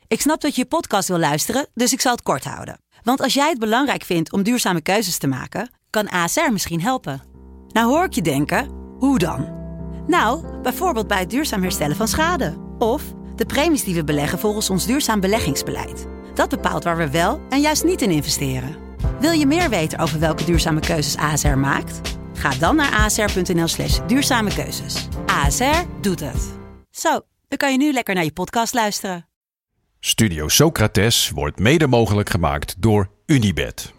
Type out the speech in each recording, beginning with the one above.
Ik snap dat je podcast wil luisteren, dus ik zal het kort houden. Want als jij het belangrijk vindt om duurzame keuzes te maken, kan ASR misschien helpen. Nou hoor ik je denken, hoe dan? Nou, bijvoorbeeld bij het duurzaam herstellen van schade. Of de premies die we beleggen volgens ons duurzaam beleggingsbeleid. Dat bepaalt waar we wel en juist niet in investeren. Wil je meer weten over welke duurzame keuzes ASR maakt? Ga dan naar asr.nl/duurzame keuzes. ASR doet het. Zo, dan kan je nu lekker naar je podcast luisteren. Studio Socrates wordt mede mogelijk gemaakt door Unibet.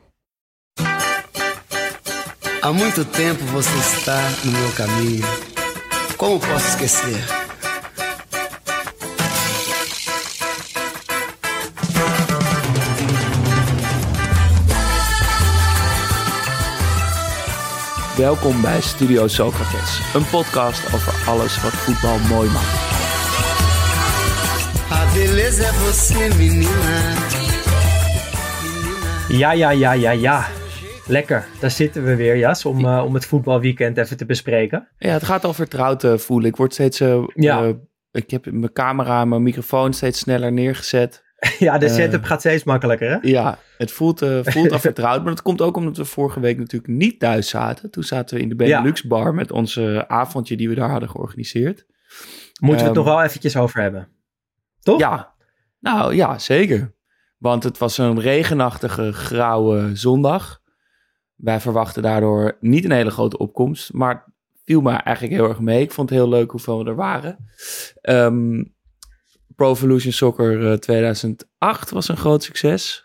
Há muito tempo você está no meu caminho. Como posso esquecer? Welkom bij Studio Socrates, een podcast over alles wat voetbal mooi maakt. A beleza é você, menina. Ja. Lekker, daar zitten we weer, Jas, om het voetbalweekend even te bespreken. Ja, het gaat al vertrouwd voelen. Ik word steeds... ik heb mijn camera en mijn microfoon steeds sneller neergezet. Ja, de setup gaat steeds makkelijker, hè? Ja, het voelt al vertrouwd. Maar dat komt ook omdat we vorige week natuurlijk niet thuis zaten. Toen zaten we in de Benelux bar met onze avondje die we daar hadden georganiseerd. Moeten we het nog wel eventjes over hebben. Toch? Ja, nou ja, zeker. Want het was een regenachtige, grauwe zondag. Wij verwachten daardoor niet een hele grote opkomst. Maar het viel me eigenlijk heel erg mee. Ik vond het heel leuk hoeveel we er waren. Pro Evolution Soccer 2008 was een groot succes.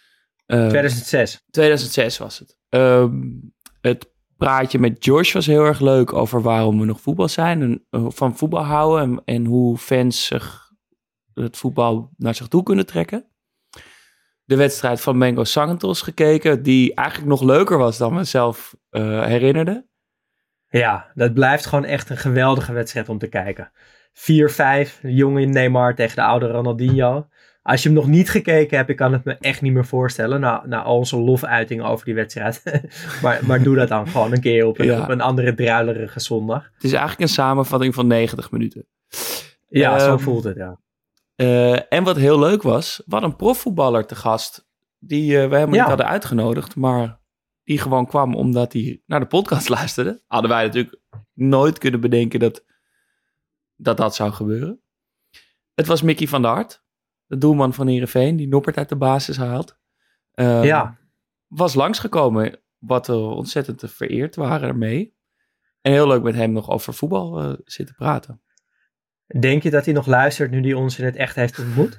2006 was het. Het praatje met Josh was heel erg leuk over waarom we nog voetbal zijn. En van voetbal houden en hoe fans het voetbal naar zich toe kunnen trekken. De wedstrijd van Mengo Santos gekeken, die eigenlijk nog leuker was dan we zelf herinnerden. Ja, dat blijft gewoon echt een geweldige wedstrijd om te kijken. 4-5, de jonge Neymar tegen de oude Ronaldinho. Als je hem nog niet gekeken hebt, ik kan het me echt niet meer voorstellen. Na al onze lofuitingen over die wedstrijd. maar doe dat dan gewoon een keer op een andere druilerige zondag. Het is eigenlijk een samenvatting van 90 minuten. Ja, zo voelt het, ja. En wat heel leuk was, wat een profvoetballer te gast, die we helemaal niet hadden uitgenodigd, maar die gewoon kwam omdat hij naar de podcast luisterde. Hadden wij natuurlijk nooit kunnen bedenken dat zou gebeuren. Het was Mickey van der Hart, de doelman van Heerenveen, die Noppert uit de basis haalt. Was langsgekomen, wat we ontzettend vereerd waren ermee. En heel leuk met hem nog over voetbal zitten praten. Denk je dat hij nog luistert nu hij ons in het echt heeft ontmoet?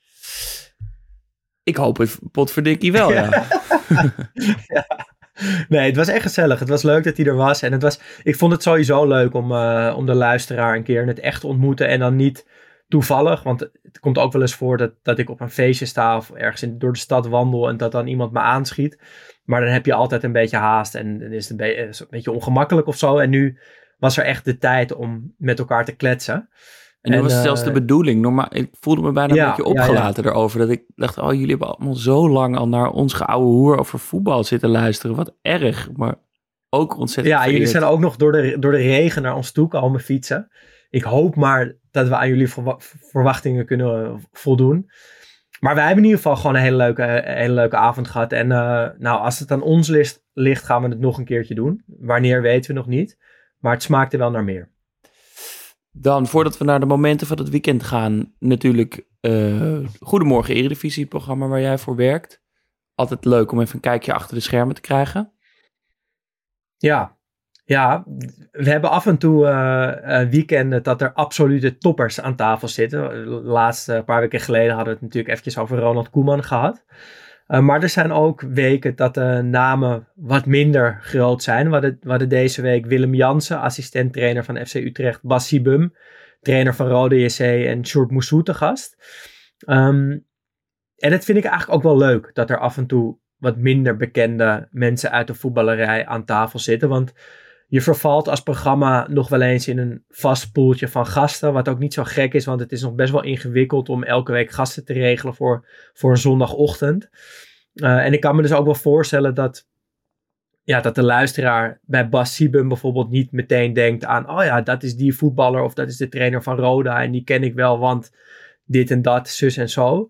Ik hoop het potverdikkie wel, ja. Ja. Nee, het was echt gezellig. Het was leuk dat hij er was. En ik vond het sowieso leuk om de luisteraar een keer in het echt te ontmoeten. En dan niet toevallig. Want het komt ook wel eens voor dat ik op een feestje sta of ergens door de stad wandel en dat dan iemand me aanschiet. Maar dan heb je altijd een beetje haast en dan is het een beetje ongemakkelijk of zo. En nu was er echt de tijd om met elkaar te kletsen. En nu was het zelfs de bedoeling. Normaal, ik voelde me bijna een beetje opgelaten erover. Dat ik dacht, jullie hebben allemaal zo lang al naar ons geouwe hoer over voetbal zitten luisteren. Wat erg, maar ook ontzettend vereerd. Jullie zijn ook nog door de regen naar ons toe komen fietsen. Ik hoop maar dat we aan jullie verwachtingen kunnen voldoen. Maar wij hebben in ieder geval gewoon een hele leuke avond gehad. En als het aan ons ligt, gaan we het nog een keertje doen. Wanneer weten we nog niet. Maar het smaakte wel naar meer. Dan, voordat we naar de momenten van het weekend gaan, natuurlijk Goedemorgen Eredivisie, programma waar jij voor werkt. Altijd leuk om even een kijkje achter de schermen te krijgen. Ja, we hebben af en toe weekenden dat er absolute toppers aan tafel zitten. De laatste paar weken geleden hadden we het natuurlijk eventjes over Ronald Koeman gehad. Maar er zijn ook weken dat de namen wat minder groot zijn. We hadden deze week Willem Jansen, assistent-trainer van FC Utrecht. Bas Sibum, trainer van Rode JC en Sjoerd Moussou te gast. En dat vind ik eigenlijk ook wel leuk, dat er af en toe wat minder bekende mensen uit de voetballerij aan tafel zitten. Want je vervalt als programma nog wel eens in een vast poeltje van gasten. Wat ook niet zo gek is, want het is nog best wel ingewikkeld om elke week gasten te regelen voor een zondagochtend. En ik kan me dus ook wel voorstellen dat de luisteraar bij Bas Sibum bijvoorbeeld niet meteen denkt aan, dat is die voetballer of dat is de trainer van Roda en die ken ik wel, want dit en dat, zus en zo.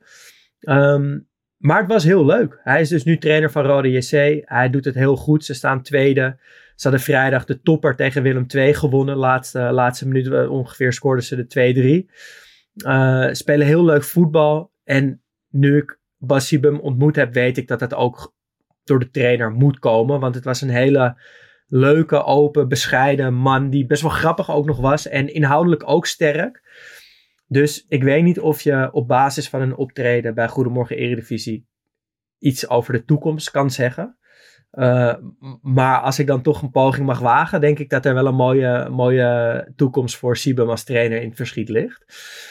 Maar het was heel leuk. Hij is dus nu trainer van Rode JC. Hij doet het heel goed. Ze staan tweede. Ze hadden vrijdag de topper tegen Willem II gewonnen. Laatste minuut ongeveer scoorden ze de 2-3. Spelen heel leuk voetbal. En nu ik Bas Siebem ontmoet heb, weet ik dat het ook door de trainer moet komen. Want het was een hele leuke, open, bescheiden man die best wel grappig ook nog was. En inhoudelijk ook sterk. Dus ik weet niet of je op basis van een optreden bij Goedemorgen Eredivisie iets over de toekomst kan zeggen. Maar als ik dan toch een poging mag wagen, denk ik dat er wel een mooie toekomst voor Siebem als trainer in het verschiet ligt.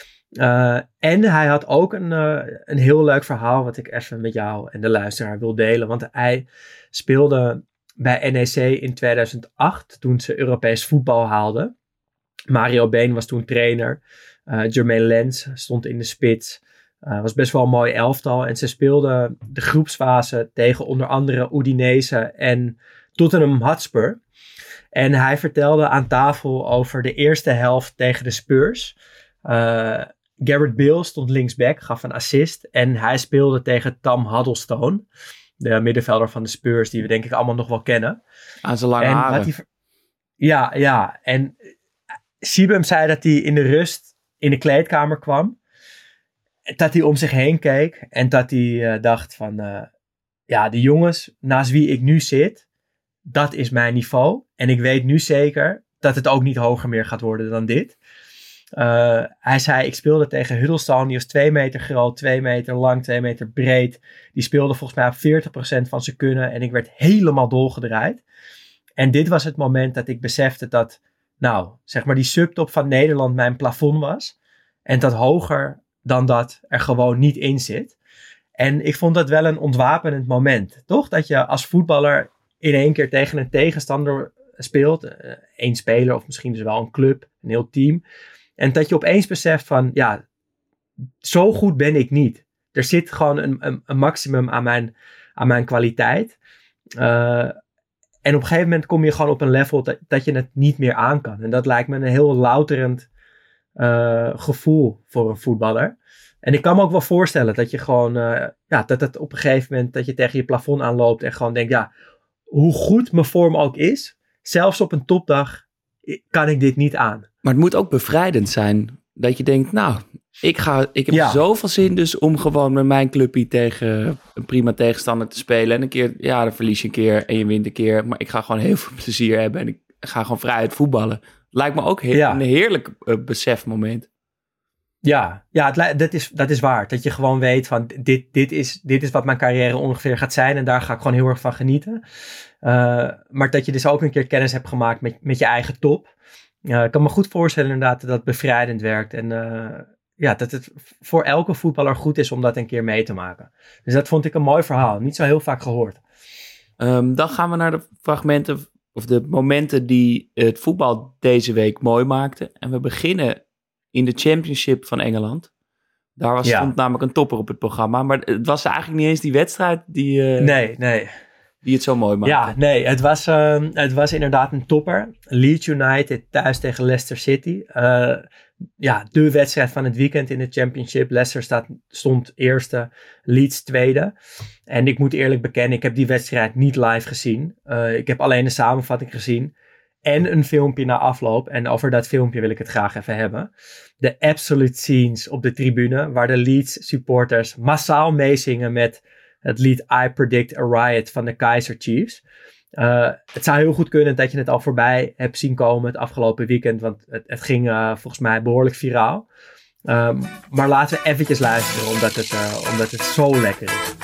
En hij had ook een heel leuk verhaal wat ik even met jou en de luisteraar wil delen. Want hij speelde bij NEC in 2008 toen ze Europees voetbal haalden. Mario Been was toen trainer. Jermaine Lens stond in de spits. Was best wel een mooi elftal. En ze speelden de groepsfase tegen onder andere Udinese en Tottenham Hotspur. En hij vertelde aan tafel over de eerste helft tegen de Spurs. Gareth Bale stond linksback, gaf een assist. En hij speelde tegen Tom Huddlestone. De middenvelder van de Spurs, die we denk ik allemaal nog wel kennen. Aan zijn lange haren. Ja. En Siebem zei dat hij in de rust in de kleedkamer kwam. Dat hij om zich heen keek. En dat hij dacht van... de jongens naast wie ik nu zit... Dat is mijn niveau. En ik weet nu zeker dat het ook niet hoger meer gaat worden dan dit. Hij zei, ik speelde tegen Huddlestone. Die was 2 meter groot, 2 meter lang, 2 meter breed. Die speelde volgens mij op 40% van zijn kunnen. En ik werd helemaal dolgedraaid. En dit was het moment dat ik besefte dat... zeg maar die subtop van Nederland mijn plafond was. En dat hoger dan dat er gewoon niet in zit. En ik vond dat wel een ontwapenend moment. Toch? Dat je als voetballer in één keer tegen een tegenstander speelt. 1 speler of misschien dus wel een club, een heel team. En dat je opeens beseft van, zo goed ben ik niet. Er zit gewoon een maximum aan mijn kwaliteit. En op een gegeven moment kom je gewoon op een level dat je het niet meer aan kan. En dat lijkt me een heel louterend gevoel voor een voetballer. En ik kan me ook wel voorstellen dat je gewoon, dat het op een gegeven moment dat je tegen je plafond aanloopt en gewoon denkt, hoe goed mijn vorm ook is, zelfs op een topdag kan ik dit niet aan. Maar het moet ook bevrijdend zijn dat je denkt, ik heb zoveel zin dus om gewoon met mijn clubje tegen een prima tegenstander te spelen. En een keer, dan verlies je een keer en je wint een keer. Maar ik ga gewoon heel veel plezier hebben en ik ga gewoon vrijheid voetballen. Lijkt me ook een heerlijk besefmoment. Dat is waar. Dat je gewoon weet van dit is wat mijn carrière ongeveer gaat zijn. En daar ga ik gewoon heel erg van genieten. Maar dat je dus ook een keer kennis hebt gemaakt met je eigen top. Ik kan me goed voorstellen inderdaad dat dat bevrijdend werkt. En dat het voor elke voetballer goed is om dat een keer mee te maken. Dus dat vond ik een mooi verhaal. Niet zo heel vaak gehoord. Dan gaan we naar de fragmenten of de momenten die het voetbal deze week mooi maakten. En we beginnen in de Championship van Engeland. Daar stond namelijk een topper op het programma. Maar het was eigenlijk niet eens die wedstrijd die... Nee. Die het zo mooi maakte. Ja, nee, het was inderdaad een topper. Leeds United thuis tegen Leicester City. De wedstrijd van het weekend in de Championship. Leicester stond eerste, Leeds tweede. En ik moet eerlijk bekennen, ik heb die wedstrijd niet live gezien. Ik heb alleen de samenvatting gezien. En een filmpje na afloop. En over dat filmpje wil ik het graag even hebben. De absolute scenes op de tribune. Waar de Leeds supporters massaal meezingen met het lied I Predict a Riot van de Kaizer Chiefs. Het zou heel goed kunnen dat je het al voorbij hebt zien komen het afgelopen weekend. Want het ging volgens mij behoorlijk viraal. Maar laten we eventjes luisteren omdat het zo lekker is.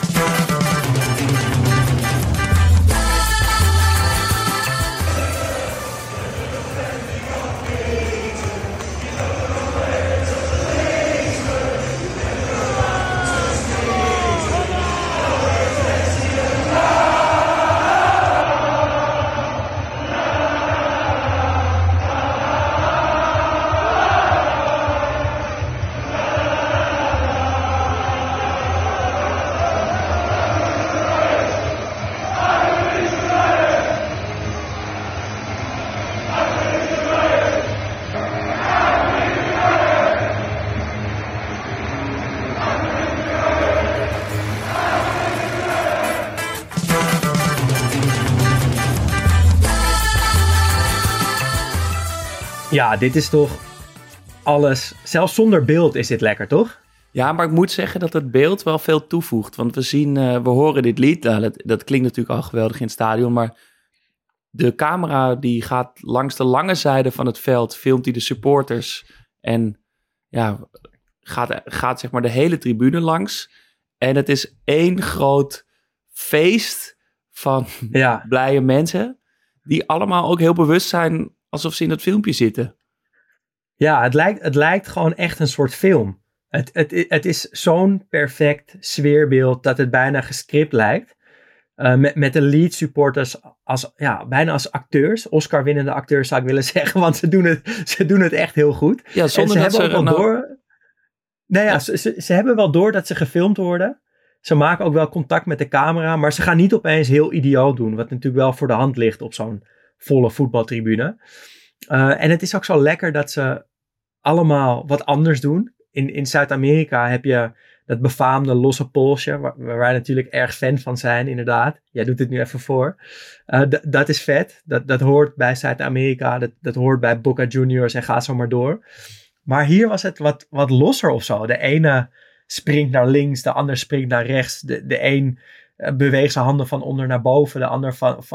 Ja, dit is toch alles. Zelfs zonder beeld is dit lekker, toch? Ja, maar ik moet zeggen dat het beeld wel veel toevoegt. Want we horen dit lied. Nou, dat klinkt natuurlijk al geweldig in het stadion. Maar de camera die gaat langs de lange zijde van het veld. Filmt die de supporters. En ja, gaat zeg maar de hele tribune langs. En het is één groot feest van blije mensen. Die allemaal ook heel bewust zijn alsof ze in dat filmpje zitten. Ja, het lijkt gewoon echt een soort film. Het is zo'n perfect sfeerbeeld dat het bijna gescript lijkt. Met de lead supporters bijna als acteurs. Oscar-winnende acteurs zou ik willen zeggen. Want ze doen het echt heel goed. Ja, zonder en ze hebben ook wel door. Nou ja, ze hebben wel door dat ze gefilmd worden. Ze maken ook wel contact met de camera. Maar ze gaan niet opeens heel idioot doen. Wat natuurlijk wel voor de hand ligt op zo'n volle voetbaltribune. En het is ook zo lekker dat ze allemaal wat anders doen. In Zuid-Amerika heb je dat befaamde losse polsje, waar wij natuurlijk erg fan van zijn, inderdaad. Jij doet het nu even voor. Dat is vet. Dat hoort bij Zuid-Amerika. Dat hoort bij Boca Juniors en ga zo maar door. Maar hier was het wat losser of zo. De ene springt naar links, de ander springt naar rechts. De een beweegt zijn handen van onder naar boven. De ander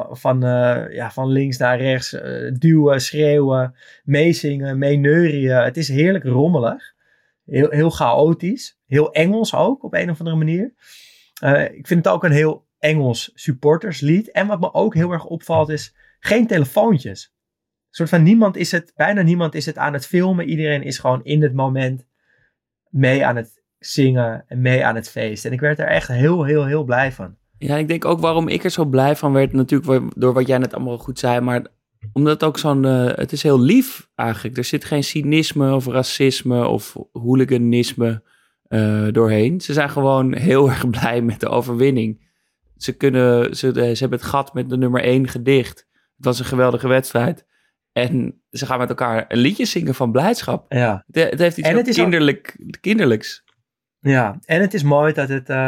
van links naar rechts. Duwen, schreeuwen, meezingen, meeneurien. Het is heerlijk rommelig. Heel, heel chaotisch. Heel Engels ook, op een of andere manier. Ik vind het ook een heel Engels supporterslied. En wat me ook heel erg opvalt is geen telefoontjes. Een soort van bijna niemand is het aan het filmen. Iedereen is gewoon in het moment mee aan het zingen en mee aan het feest. En ik werd er echt heel, heel, heel blij van. Ja, ik denk ook waarom ik er zo blij van werd, natuurlijk door wat jij net allemaal goed zei, maar omdat het ook het is heel lief eigenlijk. Er zit geen cynisme of racisme of hooliganisme doorheen. Ze zijn gewoon heel erg blij met de overwinning. Ze hebben het gat met de nummer 1 gedicht. Het was een geweldige wedstrijd. En ze gaan met elkaar een liedje zingen van blijdschap. Ja. Het heeft iets kinderlijks. Ja, en het is mooi dat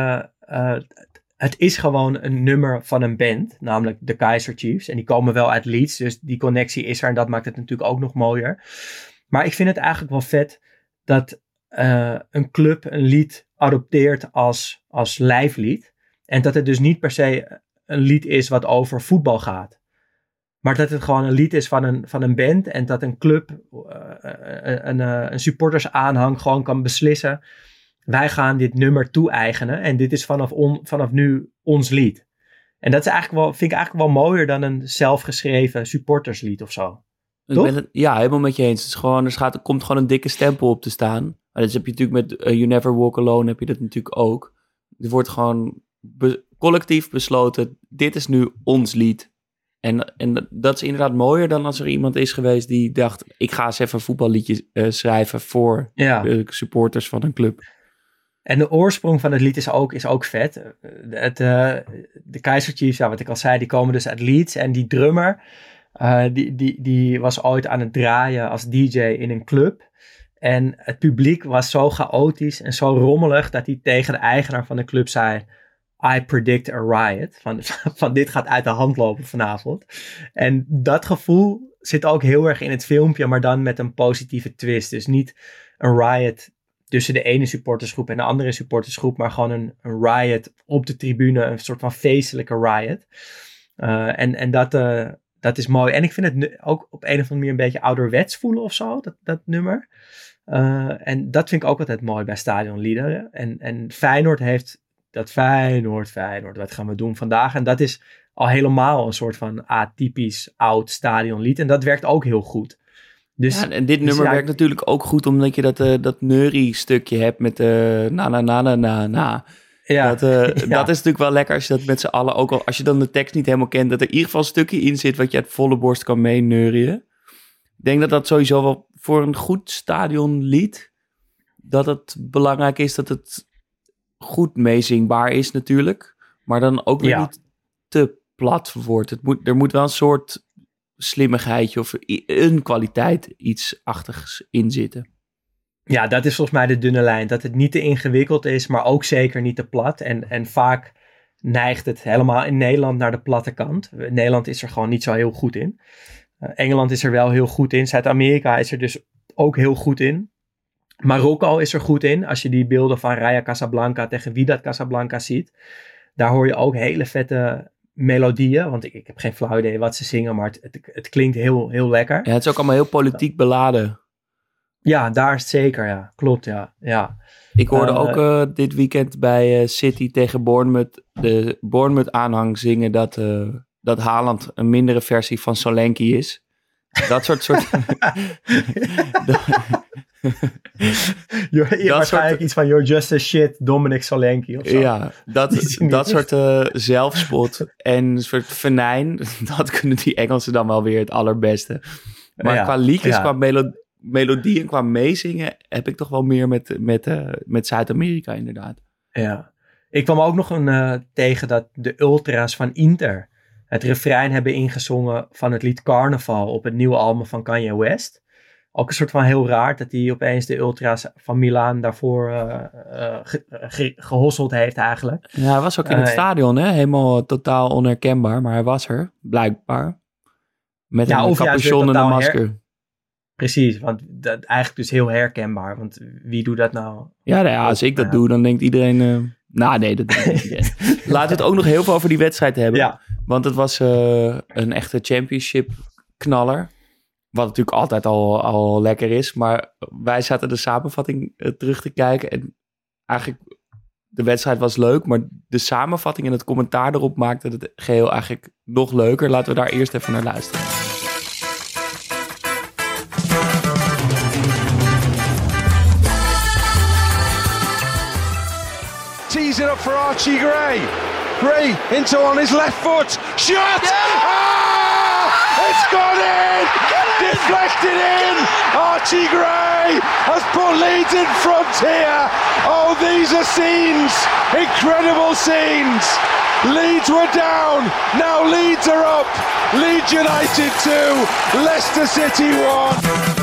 het is gewoon een nummer van een band, namelijk de Kaizer Chiefs. En die komen wel uit Leeds, dus die connectie is er en dat maakt het natuurlijk ook nog mooier. Maar ik vind het eigenlijk wel vet dat een club een lied adopteert als lijflied. En dat het dus niet per se een lied is wat over voetbal gaat. Maar dat het gewoon een lied is van een band en dat een club, een supportersaanhang gewoon kan beslissen. Wij gaan dit nummer toe-eigenen en dit is vanaf nu ons lied. En dat is vind ik eigenlijk wel mooier dan een zelfgeschreven supporterslied of zo. Ja, helemaal met je eens. Het is gewoon, er komt gewoon een dikke stempel op te staan. Maar dat heb je natuurlijk met You Never Walk Alone heb je dat natuurlijk ook. Er wordt gewoon collectief besloten, dit is nu ons lied. En dat is inderdaad mooier dan als er iemand is geweest die dacht, ik ga eens even een voetballiedje schrijven voor de supporters van een club. En de oorsprong van het lied is ook vet. De Kaizer Chiefs, wat ik al zei, die komen dus uit Leeds. En die drummer, die was ooit aan het draaien als DJ in een club. En het publiek was zo chaotisch en zo rommelig dat hij tegen de eigenaar van de club zei, I predict a riot. Van dit gaat uit de hand lopen vanavond. En dat gevoel zit ook heel erg in het filmpje, maar dan met een positieve twist. Dus niet een riot tussen de ene supportersgroep en de andere supportersgroep, maar gewoon een riot op de tribune, een soort van feestelijke riot. En dat is mooi. En ik vind het ook op een of andere manier een beetje ouderwets voelen of zo, dat nummer. En dat vind ik ook altijd mooi bij stadionliederen. En Feyenoord heeft dat Feyenoord, wat gaan we doen vandaag? En dat is al helemaal een soort van atypisch oud stadionlied. En dat werkt ook heel goed. Dus, ja, en dit nummer werkt natuurlijk ook goed omdat je dat neurie-stukje hebt met na. Ja, dat is natuurlijk wel lekker als je dat met z'n allen, ook al als je dan de tekst niet helemaal kent, dat er in ieder geval een stukje in zit wat je uit volle borst kan meeneurien. Ik denk dat sowieso wel voor een goed stadionlied, dat het belangrijk is dat het goed meezingbaar is natuurlijk, maar dan ook weer niet te plat wordt. Er moet wel een soort slimmigheidje of een kwaliteit iets achtigs in zitten. Ja, dat is volgens mij de dunne lijn. Dat het niet te ingewikkeld is, maar ook zeker niet te plat. En vaak neigt het helemaal in Nederland naar de platte kant. Nederland is er gewoon niet zo heel goed in. Engeland is er wel heel goed in. Zuid-Amerika is er dus ook heel goed in. Marokko is er goed in. Als je die beelden van Raja Casablanca tegen Wydad Casablanca ziet. Daar hoor je ook hele vette melodieën. Want ik heb geen flauw idee wat ze zingen. Maar het klinkt heel, heel lekker. Ja, het is ook allemaal heel politiek beladen. Ja, daar is het zeker. Ja, klopt. Ja. Ik hoorde ook dit weekend bij City tegen Bournemouth de Bournemouth-aanhang zingen dat Haaland een mindere versie van Solanke is. Dat soort... Waarschijnlijk iets van You're just a shit Dominic Solanke of zo. Ja, dat soort zelfspot en een soort venijn, dat kunnen die Engelsen dan wel weer het allerbeste. Maar qua liedjes, qua melodie en qua meezingen heb ik toch wel meer met Zuid-Amerika inderdaad. Ja, ik kwam ook nog tegen dat de ultras van Inter het refrein hebben ingezongen van het lied Carnaval op het nieuwe album van Kanye West. Ook een soort van heel raar dat hij opeens de ultras van Milaan daarvoor gehosseld heeft eigenlijk. Ja, hij was ook in het stadion, hè? Helemaal totaal onherkenbaar, maar hij was er, blijkbaar. Met een capuchon en een masker. Precies, want dat eigenlijk dus heel herkenbaar, want wie doet dat nou? Ja, als ik dat doe, dan denkt iedereen... nee, dat denk ik niet. Laten we het ook nog heel veel over die wedstrijd hebben. Ja. Want het was een echte championship knaller. Wat natuurlijk altijd al lekker is. Maar wij zaten de samenvatting terug te kijken. En eigenlijk, de wedstrijd was leuk. Maar de samenvatting en het commentaar erop maakte het geheel eigenlijk nog leuker. Laten we daar eerst even naar luisteren. Tees it up for Archie Gray. Gray into on his left foot. Shot! Yeah! Ah! It's gone in! Deflected in! Archie Gray has put Leeds in front here. Oh, these are scenes! Incredible scenes! Leeds were down. Now Leeds are up. Leeds United 2. Leicester City 1.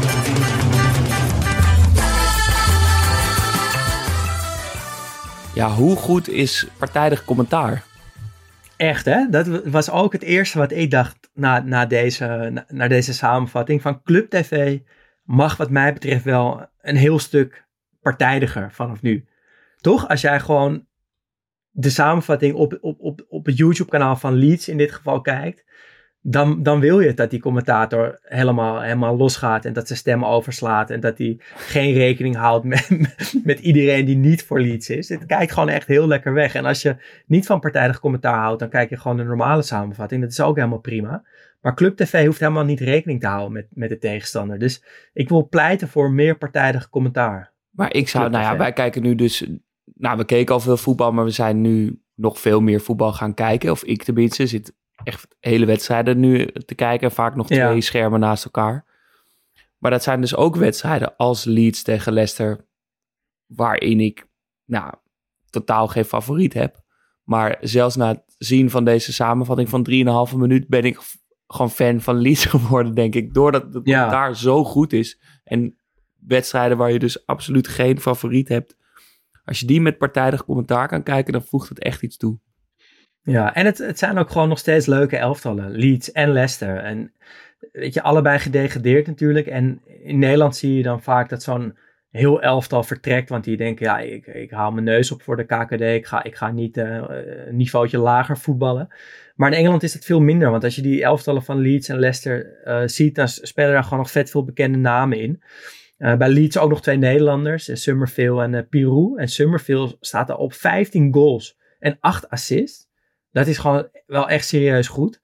Ja, hoe goed is partijdig commentaar? Echt, hè? Dat was ook het eerste wat ik dacht na deze samenvatting. Van Club TV mag wat mij betreft wel een heel stuk partijdiger vanaf nu. Toch? Als jij gewoon de samenvatting op het YouTube-kanaal van Leeds in dit geval kijkt, dan wil je dat die commentator helemaal losgaat en dat zijn stem overslaat en dat hij geen rekening houdt met iedereen die niet voor Leeds is. Het kijkt gewoon echt heel lekker weg. En als je niet van partijdig commentaar houdt, dan kijk je gewoon een normale samenvatting. Dat is ook helemaal prima. Maar Club TV hoeft helemaal niet rekening te houden met de tegenstander. Dus ik wil pleiten voor meer partijdig commentaar. Maar ik zou, wij kijken nu dus, we keken al veel voetbal, maar we zijn nu nog veel meer voetbal gaan kijken. Of ik tenminste, zit echt hele wedstrijden nu te kijken. Vaak nog 2 schermen naast elkaar. Maar dat zijn dus ook wedstrijden als Leeds tegen Leicester, waarin ik totaal geen favoriet heb. Maar zelfs na het zien van deze samenvatting van 3,5 minuut ben ik gewoon fan van Leeds geworden, denk ik. Doordat het commentaar zo goed is. En wedstrijden waar je dus absoluut geen favoriet hebt. Als je die met partijdig commentaar kan kijken, dan voegt het echt iets toe. Ja, en het zijn ook gewoon nog steeds leuke elftallen. Leeds en Leicester. En weet je, allebei gedegradeerd natuurlijk. En in Nederland zie je dan vaak dat zo'n heel elftal vertrekt. Want die denken, ik haal mijn neus op voor de KKD. Ik ga niet een niveautje lager voetballen. Maar in Engeland is het veel minder. Want als je die elftallen van Leeds en Leicester ziet, dan spelen daar gewoon nog vet veel bekende namen in. Bij Leeds ook nog 2 Nederlanders. Summerville en Pirou. En Summerville staat er op 15 goals en 8 assists. Dat is gewoon wel echt serieus goed.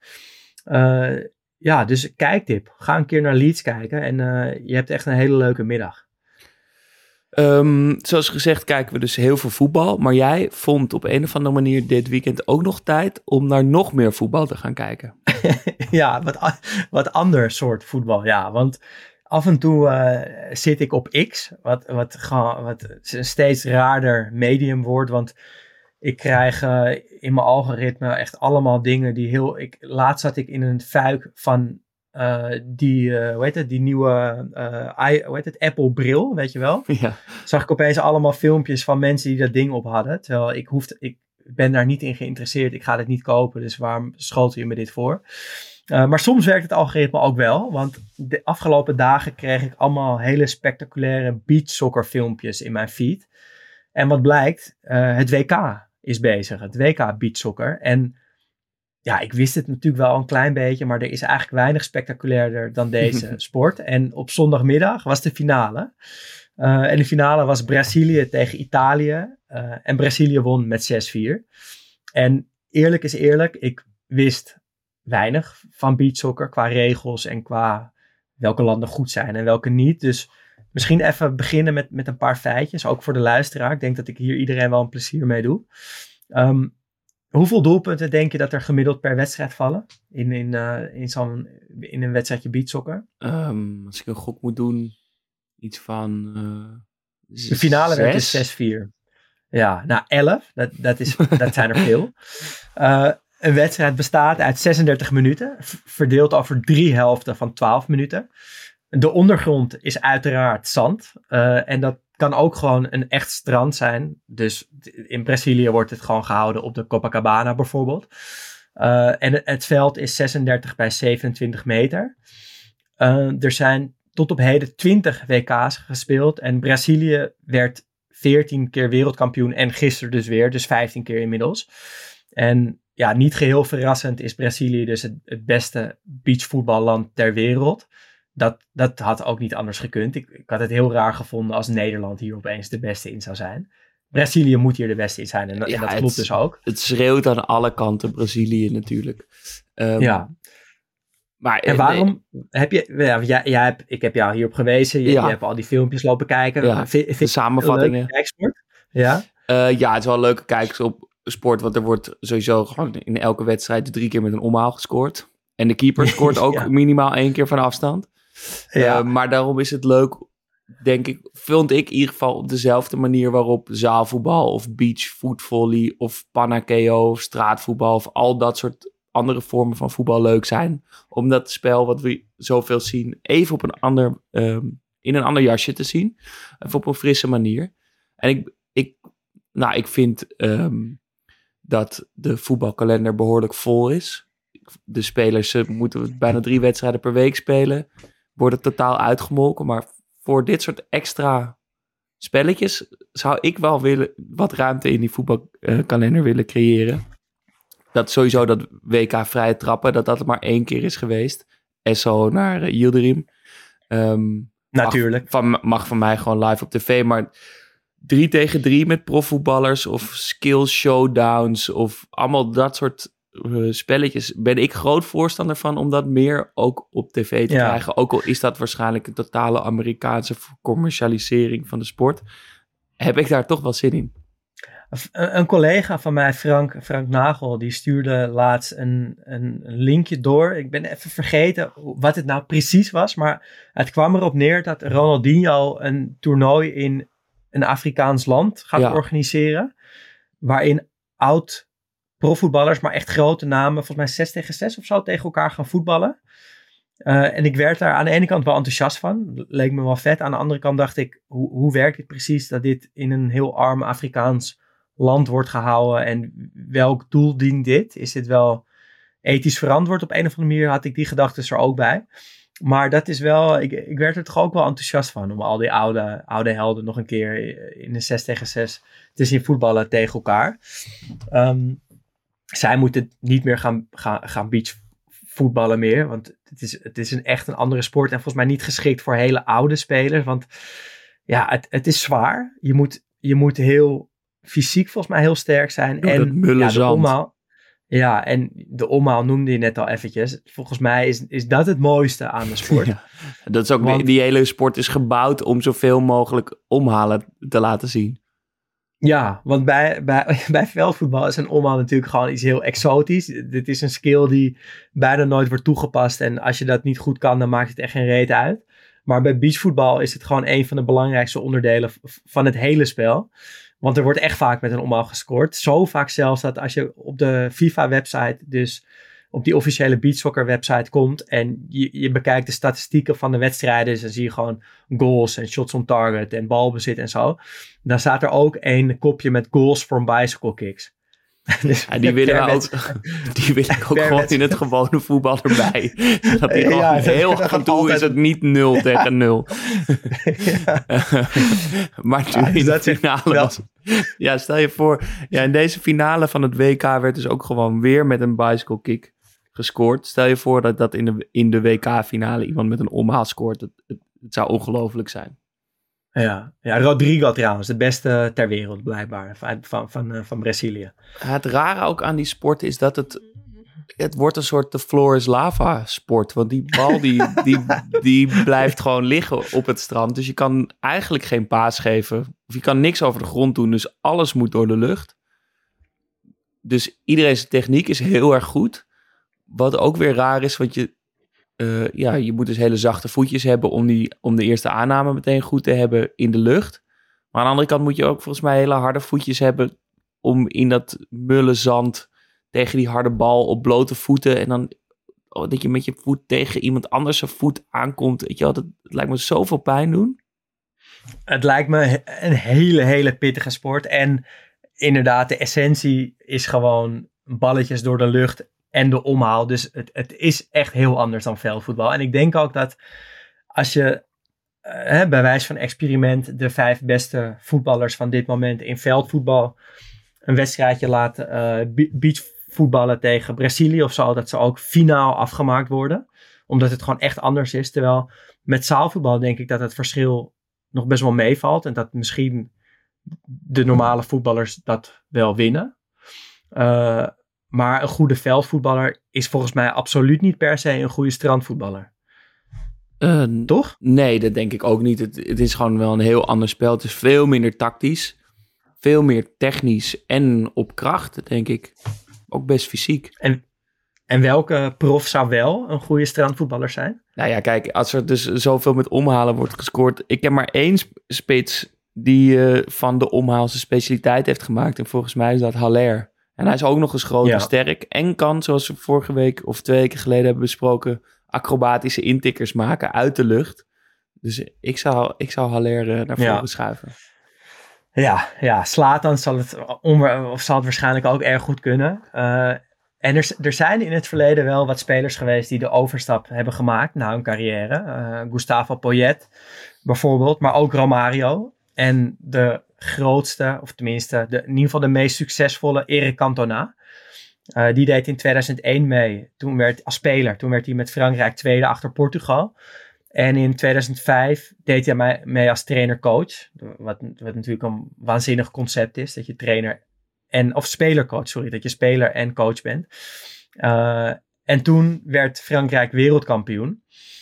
Dus kijktip. Ga een keer naar Leeds kijken. En je hebt echt een hele leuke middag. Zoals gezegd kijken we dus heel veel voetbal. Maar jij vond op een of andere manier dit weekend ook nog tijd om naar nog meer voetbal te gaan kijken. Ja, wat ander soort voetbal. Ja, want af en toe zit ik op X. Wat een steeds raarder medium wordt. Want ik krijg in mijn algoritme echt allemaal dingen die laatst zat ik in een fuik van die nieuwe Apple bril, weet je wel? Ja. Zag ik opeens allemaal filmpjes van mensen die dat ding op hadden. Terwijl ik ben daar niet in geïnteresseerd. Ik ga dit niet kopen, dus waarom schoot je me dit voor? Maar soms werkt het algoritme ook wel. Want de afgelopen dagen kreeg ik allemaal hele spectaculaire beachsoccer filmpjes in mijn feed. En wat blijkt, het WK is bezig. Het WK beachsoccer. En ja, ik wist het natuurlijk wel een klein beetje. Maar er is eigenlijk weinig spectaculairder dan deze sport. En op zondagmiddag was de finale. En de finale was Brazilië tegen Italië. En Brazilië won met 6-4. En eerlijk is eerlijk, ik wist weinig van beachsoccer qua regels en qua welke landen goed zijn en welke niet. Dus misschien even beginnen met een paar feitjes, ook voor de luisteraar. Ik denk dat ik hier iedereen wel een plezier mee doe. Hoeveel doelpunten denk je dat er gemiddeld per wedstrijd vallen in een wedstrijdje beachsoccer? Als ik een gok moet doen, iets van de finale werd dus 6-4. Ja, nou 11, dat zijn er veel. Een wedstrijd bestaat uit 36 minuten, verdeeld over 3 helften van 12 minuten. De ondergrond is uiteraard zand. En dat kan ook gewoon een echt strand zijn. Dus in Brazilië wordt het gewoon gehouden op de Copacabana bijvoorbeeld. En het veld is 36 bij 27 meter. Er zijn tot op heden 20 WK's gespeeld. En Brazilië werd 14 keer wereldkampioen en gisteren dus weer. Dus 15 keer inmiddels. En ja, niet geheel verrassend is Brazilië dus het beste beachvoetballand ter wereld. Dat had ook niet anders gekund. Ik had het heel raar gevonden als Nederland hier opeens de beste in zou zijn. Brazilië moet hier de beste in zijn en dat klopt dus ook. Het schreeuwt aan alle kanten Brazilië natuurlijk. Ja. Maar, en waarom heb je... ik heb jou hierop gewezen. Je hebt al die filmpjes lopen kijken. Ja, de samenvattingen. Kijksport? Ja? Ja, het is wel een leuke kijkers op sport. Want er wordt sowieso gewoon in elke wedstrijd 3 keer met een omhaal gescoord. En de keeper scoort ook minimaal 1 keer van afstand. Ja. Maar daarom is het leuk, denk ik, vond ik in ieder geval op dezelfde manier waarop zaalvoetbal of beachvoetvolley of panakeo of straatvoetbal of al dat soort andere vormen van voetbal leuk zijn. Om dat spel wat we zoveel zien even op in een ander jasje te zien. Of op een frisse manier. En ik vind dat de voetbalkalender behoorlijk vol is. De spelers moeten bijna 3 wedstrijden per week spelen. Worden totaal uitgemolken. Maar voor dit soort extra spelletjes zou ik wel wat ruimte in die voetbalkalender willen creëren. Dat sowieso dat WK vrije trappen, dat er maar 1 keer is geweest. Esso naar Yildirim. Natuurlijk. Mag van mij gewoon live op tv. Maar 3 tegen 3 met profvoetballers of skill showdowns of allemaal dat soort spelletjes ben ik groot voorstander van om dat meer ook op tv te krijgen. Ook al is dat waarschijnlijk een totale Amerikaanse commercialisering van de sport. Heb ik daar toch wel zin in. Een collega van mij, Frank Nagel, die stuurde laatst een linkje door. Ik ben even vergeten wat het nou precies was, maar het kwam erop neer dat Ronaldinho een toernooi in een Afrikaans land gaat organiseren, waarin oud profvoetballers, maar echt grote namen, volgens mij 6 tegen 6 of zo, tegen elkaar gaan voetballen. En ik werd daar aan de ene kant wel enthousiast van. Leek me wel vet. Aan de andere kant dacht ik, hoe werkt het precies dat dit in een heel arm Afrikaans land wordt gehouden en welk doel dient dit? Is dit wel ethisch verantwoord? Op een of andere manier had ik die gedachten er ook bij. Maar dat is wel, ik werd er toch ook wel enthousiast van om al die oude helden nog een keer in een 6 tegen 6 te zien voetballen tegen elkaar. Zij moeten niet meer gaan beachvoetballen meer, want het is echt een andere sport en volgens mij niet geschikt voor hele oude spelers, want ja, het is zwaar. Je moet heel fysiek volgens mij heel sterk zijn. En de omhaal. Ja, en de omhaal noemde je net al eventjes. Volgens mij is dat het mooiste aan de sport. Ja, dat is ook die hele sport is gebouwd om zoveel mogelijk omhalen te laten zien. Ja, want bij veldvoetbal is een omhaal natuurlijk gewoon iets heel exotisch. Dit is een skill die bijna nooit wordt toegepast. En als je dat niet goed kan, dan maakt het echt geen reet uit. Maar bij beachvoetbal is het gewoon een van de belangrijkste onderdelen van het hele spel. Want er wordt echt vaak met een omhaal gescoord. Zo vaak zelfs dat als je op de FIFA-website, dus op die officiële beachsoccer-website komt en je bekijkt de statistieken van de wedstrijden, dus dan zie je gewoon goals en shots on target en balbezit en zo. Dan staat er ook een kopje met goals from bicycle kicks. Ja, die willen we ook. Die wil ik ook gewoon in het gewone voetbal erbij. Dat die gewoon heel af en toe is het niet 0-0. Maar toen in de finale was... Ja, stel je voor... Ja, in deze finale van het WK werd dus ook gewoon weer met een bicycle kick gescoord. Stel je voor dat in de WK-finale iemand met een omhaal scoort. Het zou ongelooflijk zijn. Ja, Rodrigo trouwens, de beste ter wereld blijkbaar van Brazilië. Het rare ook aan die sport is dat het wordt een soort de floor is lava sport. Want die bal die blijft gewoon liggen op het strand. Dus je kan eigenlijk geen paas geven. Of je kan niks over de grond doen. Dus alles moet door de lucht. Dus iedereen zijn techniek is heel erg goed. Wat ook weer raar is, want je moet dus hele zachte voetjes hebben om de eerste aanname meteen goed te hebben in de lucht. Maar aan de andere kant moet je ook volgens mij hele harde voetjes hebben om in dat mulle zand tegen die harde bal op blote voeten en dan dat je met je voet tegen iemand anders zijn voet aankomt. Weet je wel, het lijkt me zoveel pijn doen. Het lijkt me een hele, hele pittige sport. En inderdaad, de essentie is gewoon balletjes door de lucht en de omhaal. Dus het is echt heel anders dan veldvoetbal. En ik denk ook dat als je bij wijze van experiment de 5 beste voetballers van dit moment in veldvoetbal een wedstrijdje laat beachvoetballen tegen Brazilië of zo, dat ze ook finaal afgemaakt worden. Omdat het gewoon echt anders is. Terwijl met zaalvoetbal denk ik dat het verschil nog best wel meevalt. En dat misschien de normale voetballers dat wel winnen. Maar een goede veldvoetballer is volgens mij absoluut niet per se een goede strandvoetballer. Toch? Nee, dat denk ik ook niet. Het is gewoon wel een heel ander spel. Het is veel minder tactisch. Veel meer technisch en op kracht, denk ik. Ook best fysiek. En welke prof zou wel een goede strandvoetballer zijn? Nou ja, kijk, als er dus zoveel met omhalen wordt gescoord. Ik heb maar 1 spits die van de omhaal zijn specialiteit heeft gemaakt. En volgens mij is dat Haller. En hij is ook nog eens groot en sterk. En kan, zoals we vorige week of 2 weken geleden hebben besproken, acrobatische intikkers maken uit de lucht. Dus ik zou Haller naar voren schuiven. Ja, Zlatan zal het waarschijnlijk ook erg goed kunnen. En er zijn in het verleden wel wat spelers geweest die de overstap hebben gemaakt na hun carrière. Gustavo Poyet bijvoorbeeld, maar ook Romario. En de grootste, of tenminste in ieder geval de meest succesvolle, Eric Cantona. Die deed in 2001 mee. Toen werd hij met Frankrijk tweede achter Portugal. En in 2005 deed hij mee als trainer-coach. Wat natuurlijk een waanzinnig concept is. Dat je dat je speler en coach bent. En toen werd Frankrijk wereldkampioen.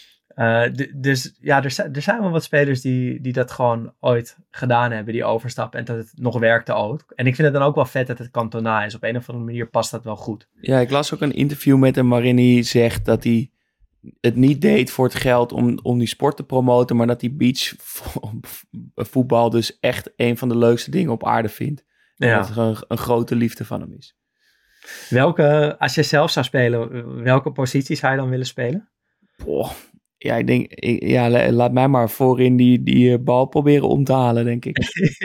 Dus ja, er zijn wel wat spelers die dat gewoon ooit gedaan hebben. Die overstap en dat het nog werkte ook. En ik vind het dan ook wel vet dat het Cantona is. Op een of andere manier past dat wel goed. Ja, ik las ook een interview met hem waarin hij zegt dat hij het niet deed voor het geld om die sport te promoten, maar dat hij beachvoetbal dus echt een van de leukste dingen op aarde vindt. En dat het een grote liefde van hem is. Als je zelf zou spelen, welke positie zou je dan willen spelen? Ja, ik denk, laat mij maar voorin die bal proberen om te halen, denk ik.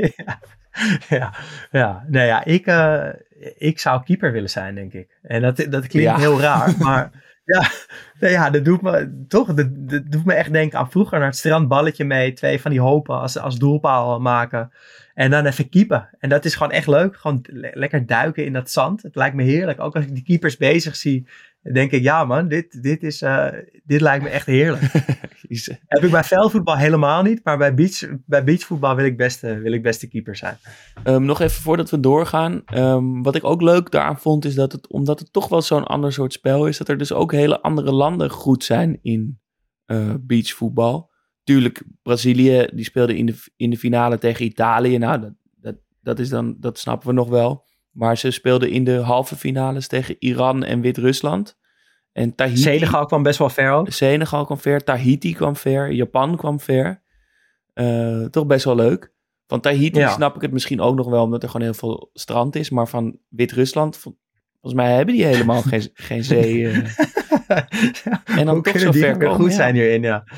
Ik zou keeper willen zijn, denk ik. En dat klinkt heel raar, maar dat doet me echt denken aan vroeger naar het strandballetje mee, 2 van die hopen als doelpaal maken en dan even keepen. En dat is gewoon echt leuk, gewoon lekker duiken in dat zand. Het lijkt me heerlijk. Ook als ik die keepers bezig zie, denk ik, ja man, dit lijkt me echt heerlijk. Heb ik bij veldvoetbal helemaal niet, maar bij beachvoetbal wil ik best de keeper zijn. Nog even voordat we doorgaan. Wat ik ook leuk daaraan vond, is dat omdat het toch wel zo'n ander soort spel is, dat er dus ook hele andere landen goed zijn in beachvoetbal. Tuurlijk, Brazilië, die speelde in de finale tegen Italië. Nou, dat snappen we nog wel. Maar ze speelden in de halve finales tegen Iran en Wit-Rusland. En Tahiti, Senegal kwam best wel ver ook. Senegal kwam ver, Tahiti kwam ver, Japan kwam ver. Toch best wel leuk. Van Tahiti snap ik het misschien ook nog wel, omdat er gewoon heel veel strand is. Maar van Wit-Rusland, volgens mij hebben die helemaal geen zee. En dan toch zo ver komen. Goed zijn hierin, ja.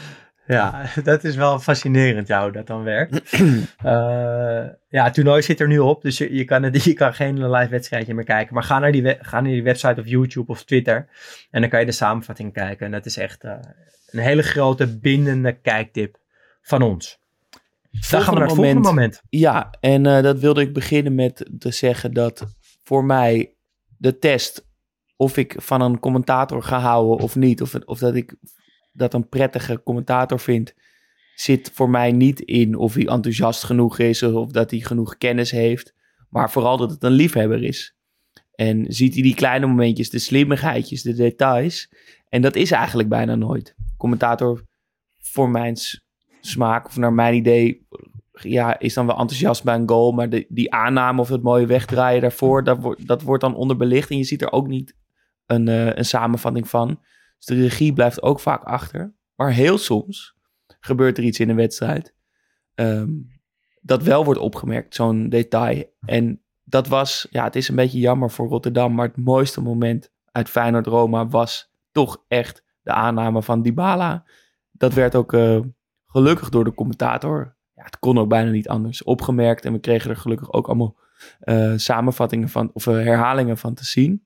Ja, dat is wel fascinerend hoe dat dan werkt. Het toernooi zit er nu op, dus je kan geen live wedstrijdje meer kijken. Maar ga naar die website of YouTube of Twitter en dan kan je de samenvatting kijken. En dat is echt een hele grote bindende kijktip van ons. Dan gaan we naar het volgende moment. Ja, en dat wilde ik beginnen met te zeggen dat voor mij de test of ik van een commentator ga houden of niet, of dat ik dat een prettige commentator vind, zit voor mij niet in of hij enthousiast genoeg is of dat hij genoeg kennis heeft, maar vooral dat het een liefhebber is. En ziet hij die kleine momentjes, de slimmigheidjes, de details. En dat is eigenlijk bijna nooit. Commentator voor mijn smaak of naar mijn idee is dan wel enthousiast bij een goal, maar die aanname of het mooie wegdraaien daarvoor, dat wordt dan onderbelicht en je ziet er ook niet een samenvatting van. Dus de regie blijft ook vaak achter. Maar heel soms gebeurt er iets in een wedstrijd dat wel wordt opgemerkt, zo'n detail. En dat was, het is een beetje jammer voor Rotterdam, maar het mooiste moment uit Feyenoord-Roma was toch echt de aanname van Dybala. Dat werd ook gelukkig door de commentator, het kon ook bijna niet anders, opgemerkt. En we kregen er gelukkig ook allemaal samenvattingen van, of herhalingen van te zien.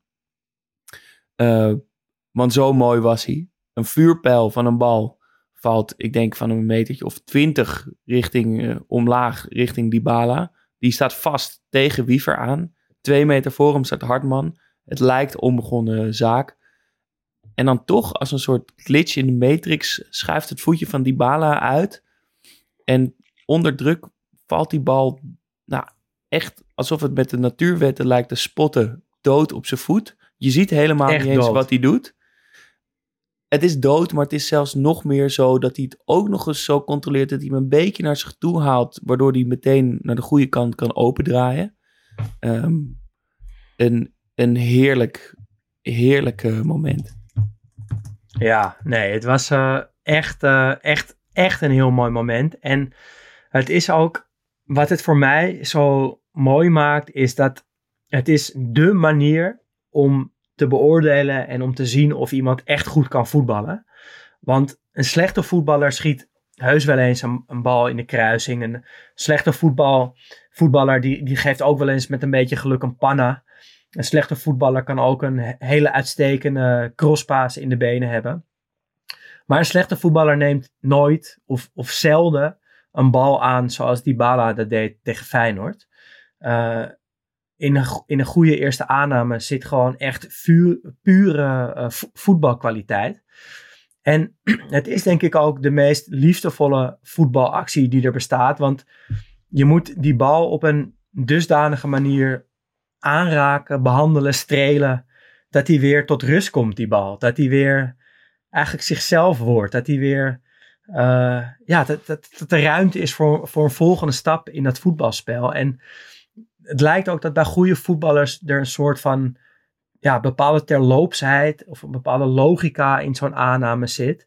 Want zo mooi was hij. Een vuurpijl van een bal valt, ik denk van een metertje of 20 omlaag richting Dybala. Die staat vast tegen Wiever aan. 2 meter voor hem staat Hartman. Het lijkt onbegonnen zaak. En dan toch als een soort glitch in de matrix schuift het voetje van Dybala uit. En onder druk valt die bal echt alsof het met de natuurwetten lijkt te spotten dood op zijn voet. Je ziet helemaal echt niet eens dood wat hij doet. Het is dood, maar het is zelfs nog meer zo dat hij het ook nog eens zo controleert dat hij hem een beetje naar zich toe haalt, waardoor hij meteen naar de goede kant kan opendraaien. Een heerlijk moment. Ja, nee, het was echt een heel mooi moment. En het is ook, wat het voor mij zo mooi maakt, is dat het is dé manier om te beoordelen en om te zien of iemand echt goed kan voetballen. Want een slechte voetballer schiet heus wel eens een bal in de kruising. Een slechte voetballer die geeft ook wel eens met een beetje geluk een panna. Een slechte voetballer kan ook een hele uitstekende crosspaas in de benen hebben. Maar een slechte voetballer neemt nooit of zelden een bal aan zoals Dybala dat deed tegen Feyenoord. In een goede eerste aanname zit gewoon echt pure voetbalkwaliteit. En het is denk ik ook de meest liefdevolle voetbalactie die er bestaat. Want je moet die bal op een dusdanige manier aanraken, behandelen, strelen, dat hij weer tot rust komt, die bal. Dat hij weer eigenlijk zichzelf wordt. Dat hij weer dat er ruimte is voor een volgende stap in dat voetbalspel. En het lijkt ook dat bij goede voetballers er een soort van bepaalde terloopsheid of een bepaalde logica in zo'n aanname zit.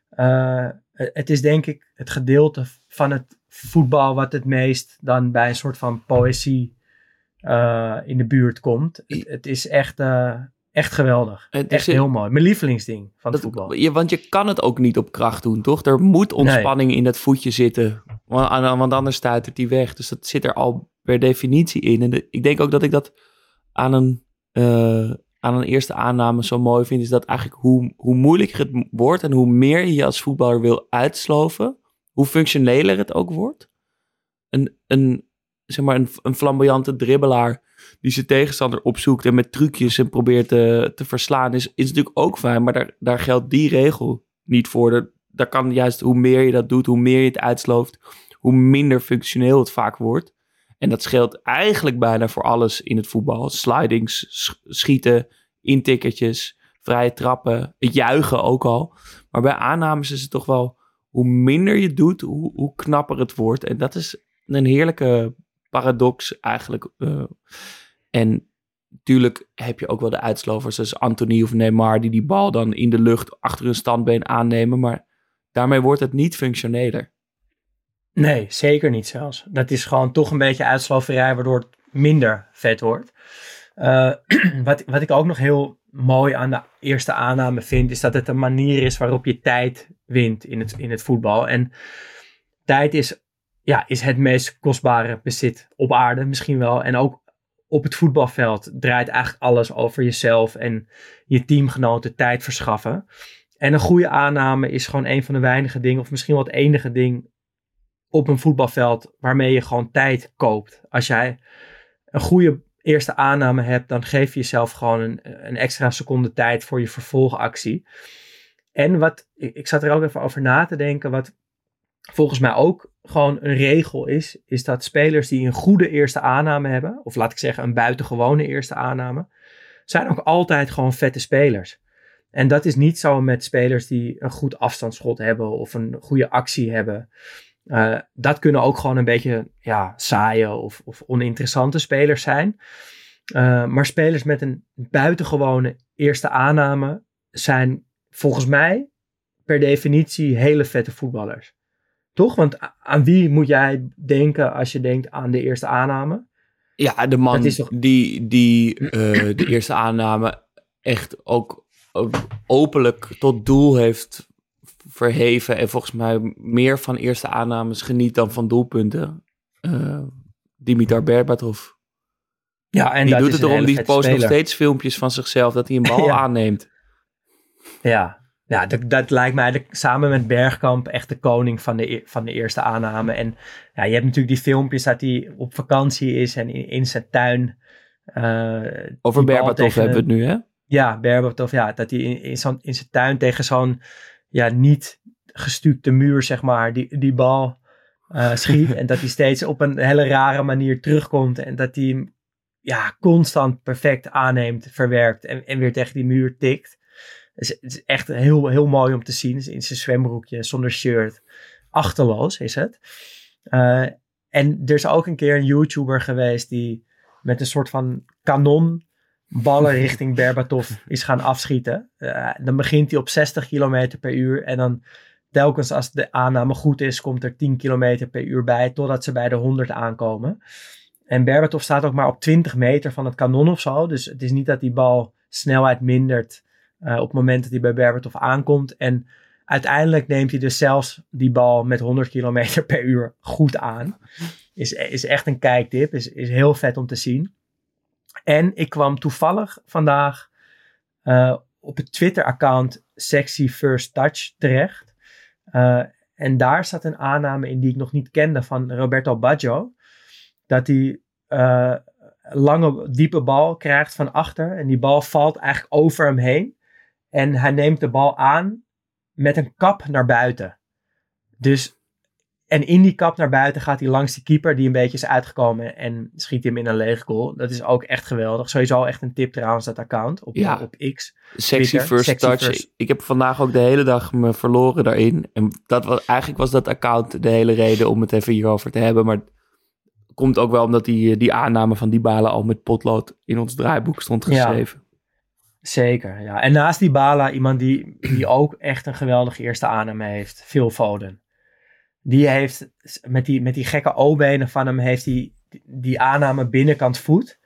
Het is denk ik het gedeelte van het voetbal wat het meest dan bij een soort van poëzie in de buurt komt. Het is echt geweldig. Het is heel mooi. Mijn lievelingsding van het voetbal. Want je kan het ook niet op kracht doen, toch? Er moet ontspanning in dat voetje zitten. Want anders stuitert die weg. Dus dat zit er al per definitie in. En ik denk ook dat ik dat aan een eerste aanname zo mooi vind. Is dat eigenlijk hoe moeilijker het wordt en hoe meer je als voetballer wil uitsloven, hoe functioneler het ook wordt. Een flamboyante dribbelaar die zijn tegenstander opzoekt en met trucjes en probeert te verslaan, is natuurlijk ook fijn, maar daar geldt die regel niet voor. Daar kan juist, hoe meer je dat doet, hoe meer je het uitslooft, hoe minder functioneel het vaak wordt. En dat scheelt eigenlijk bijna voor alles in het voetbal. Slidings, schieten, intikkertjes, vrije trappen, het juichen ook al. Maar bij aannames is het toch wel, hoe minder je doet, hoe knapper het wordt. En dat is een heerlijke paradox eigenlijk. En natuurlijk heb je ook wel de uitslovers, zoals Anthony of Neymar, die bal dan in de lucht achter hun standbeen aannemen. Maar daarmee wordt het niet functioneler. Nee, zeker niet zelfs. Dat is gewoon toch een beetje uitsloverij, waardoor het minder vet wordt. Wat ik ook nog heel mooi aan de eerste aanname vind, is dat het een manier is waarop je tijd wint in het voetbal. En tijd is het meest kostbare bezit op aarde misschien wel. En ook op het voetbalveld draait eigenlijk alles over jezelf en je teamgenoten tijd verschaffen. En een goede aanname is gewoon een van de weinige dingen, of misschien wel het enige ding op een voetbalveld waarmee je gewoon tijd koopt. Als jij een goede eerste aanname hebt, dan geef je jezelf gewoon een extra seconde tijd voor je vervolgactie. En ik zat er ook even over na te denken, wat volgens mij ook gewoon een regel is dat spelers die een goede eerste aanname hebben, of laat ik zeggen een buitengewone eerste aanname, zijn ook altijd gewoon vette spelers. En dat is niet zo met spelers die een goed afstandsschot hebben of een goede actie hebben. Dat kunnen ook gewoon een beetje saaie of oninteressante spelers zijn. Maar spelers met een buitengewone eerste aanname zijn volgens mij per definitie hele vette voetballers. Toch? Want aan wie moet jij denken als je denkt aan de eerste aanname? Ja, de man die de eerste aanname echt ook openlijk tot doel heeft verheven en volgens mij meer van eerste aannames geniet dan van doelpunten. Dimitar Berbatov. Ja, en die dat doet is het erom, die post nog speler. steeds filmpjes van zichzelf dat hij een bal aanneemt. Ja, dat lijkt mij samen met Bergkamp echt de koning van de eerste aanname. En ja, je hebt natuurlijk die filmpjes dat hij op vakantie is en in zijn tuin. Over Berbatov hebben we het nu, hè? Ja, Berbatov, dat hij in zijn tuin tegen zo'n niet gestuukte muur, zeg maar, die bal schiet. En dat hij steeds op een hele rare manier terugkomt. En dat hij hem constant perfect aanneemt, verwerkt en weer tegen die muur tikt. Het is echt heel, heel mooi om te zien. In zijn zwembroekje, zonder shirt. Achterloos is het. En er is ook een keer een YouTuber geweest die met een soort van kanon ballen richting Berbatov is gaan afschieten. Dan begint hij op 60 km per uur. En dan telkens als de aanname goed is, komt er 10 km per uur bij. Totdat ze bij de 100 aankomen. En Berbatov staat ook maar op 20 meter van het kanon of zo. Dus het is niet dat die bal snelheid mindert op het moment dat hij bij Berbatov aankomt. En uiteindelijk neemt hij dus zelfs die bal met 100 km per uur goed aan. Is echt een kijktip. Is heel vet om te zien. En ik kwam toevallig vandaag op het Twitter-account Sexy First Touch terecht. En daar staat een aanname in die ik nog niet kende van Roberto Baggio. Dat hij lange, diepe bal krijgt van achter. En die bal valt eigenlijk over hem heen. En hij neemt de bal aan met een kap naar buiten. En in die kap naar buiten gaat hij langs de keeper die een beetje is uitgekomen en schiet hem in een lege goal. Dat is ook echt geweldig. Sowieso echt een tip trouwens, dat account op X. Sexy First Touch. Ik heb vandaag ook de hele dag me verloren daarin. En eigenlijk was dat account de hele reden om het even hierover te hebben. Maar het komt ook wel omdat die aanname van Dybala al met potlood in ons draaiboek stond geschreven. Ja, zeker, ja. En naast Dybala iemand die ook echt een geweldige eerste aanname heeft. Phil Foden. Die heeft met die gekke O-benen van hem heeft die aanname binnenkant voet.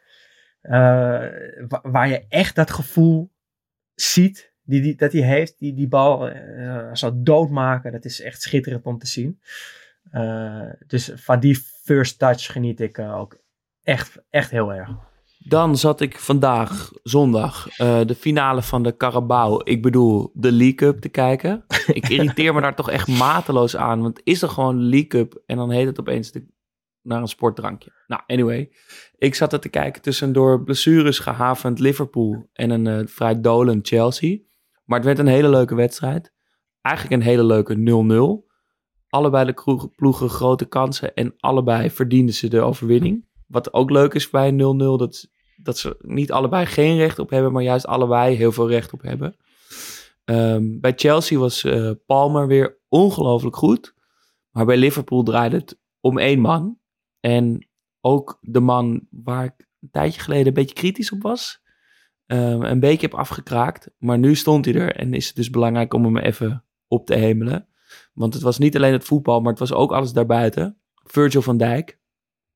Waar je echt dat gevoel ziet dat hij heeft. Die bal zal doodmaken. Dat is echt schitterend om te zien. Dus van die first touch geniet ik ook echt heel erg. Dan zat ik vandaag, zondag, de finale van de Carabao, ik bedoel de League Cup, te kijken. Ik irriteer me daar toch echt mateloos aan, want het is er gewoon de League Cup en dan heet het opeens naar een sportdrankje. Nou, anyway, ik zat er te kijken tussen door blessures gehavend Liverpool en een vrij dolend Chelsea. Maar het werd een hele leuke wedstrijd. Eigenlijk een hele leuke 0-0. Allebei de ploegen grote kansen en allebei verdienden ze de overwinning. Wat ook leuk is bij 0-0, dat ze niet allebei geen recht op hebben, maar juist allebei heel veel recht op hebben. Bij Chelsea was Palmer weer ongelooflijk goed. Maar bij Liverpool draaide het om 1 man. En ook de man waar ik een tijdje geleden een beetje kritisch op was. Een beetje heb afgekraakt. Maar nu stond hij er en is het dus belangrijk om hem even op te hemelen. Want het was niet alleen het voetbal, maar het was ook alles daarbuiten. Virgil van Dijk.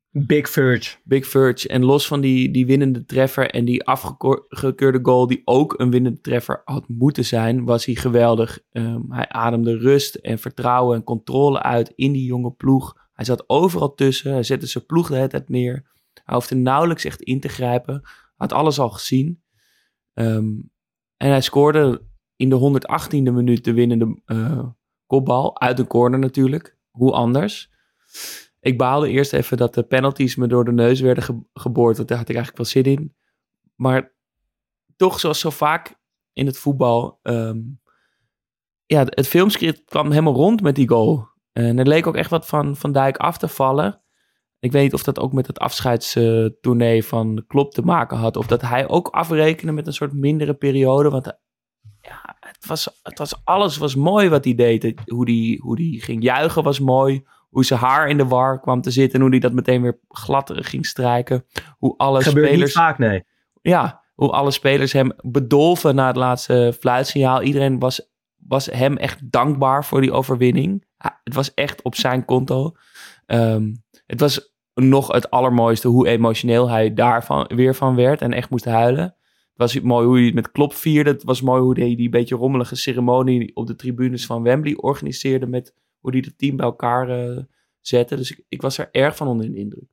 Big Verge. En los van die winnende treffer en die afgekeurde goal die ook een winnende treffer had moeten zijn, was hij geweldig. Hij ademde rust en vertrouwen en controle uit in die jonge ploeg. Hij zat overal tussen. Hij zette zijn ploeg de hele tijd neer. Hij hoefde nauwelijks echt in te grijpen. Hij had alles al gezien. En hij scoorde in de 118e minuut de winnende kopbal. Uit een corner natuurlijk. Hoe anders? Ik baalde eerst even dat de penalties me door de neus werden geboord. Want daar had ik eigenlijk wel zin in. Maar toch, zoals zo vaak in het voetbal. Het filmscript kwam helemaal rond met die goal. En er leek ook echt wat van Dijk af te vallen. Ik weet niet of dat ook met het afscheidstournee van Klopp te maken had. Of dat hij ook afrekende met een soort mindere periode. Want alles was mooi wat hij deed. Hoe die ging juichen was mooi. Hoe zijn haar in de war kwam te zitten. En hoe hij dat meteen weer glad ging strijken. Hoe alle gebeurt spelers... niet vaak, nee. Ja, hoe alle spelers hem bedolven na het laatste fluitsignaal. Iedereen was hem echt dankbaar voor die overwinning. Het was echt op zijn konto. Het was nog het allermooiste hoe emotioneel hij daarvan weer van werd en echt moest huilen. Het was mooi hoe hij het met Klopp vierde. Het was mooi hoe hij die beetje rommelige ceremonie op de tribunes van Wembley organiseerde met hoe hij het team bij elkaar zette. Dus ik was er erg van onder de indruk.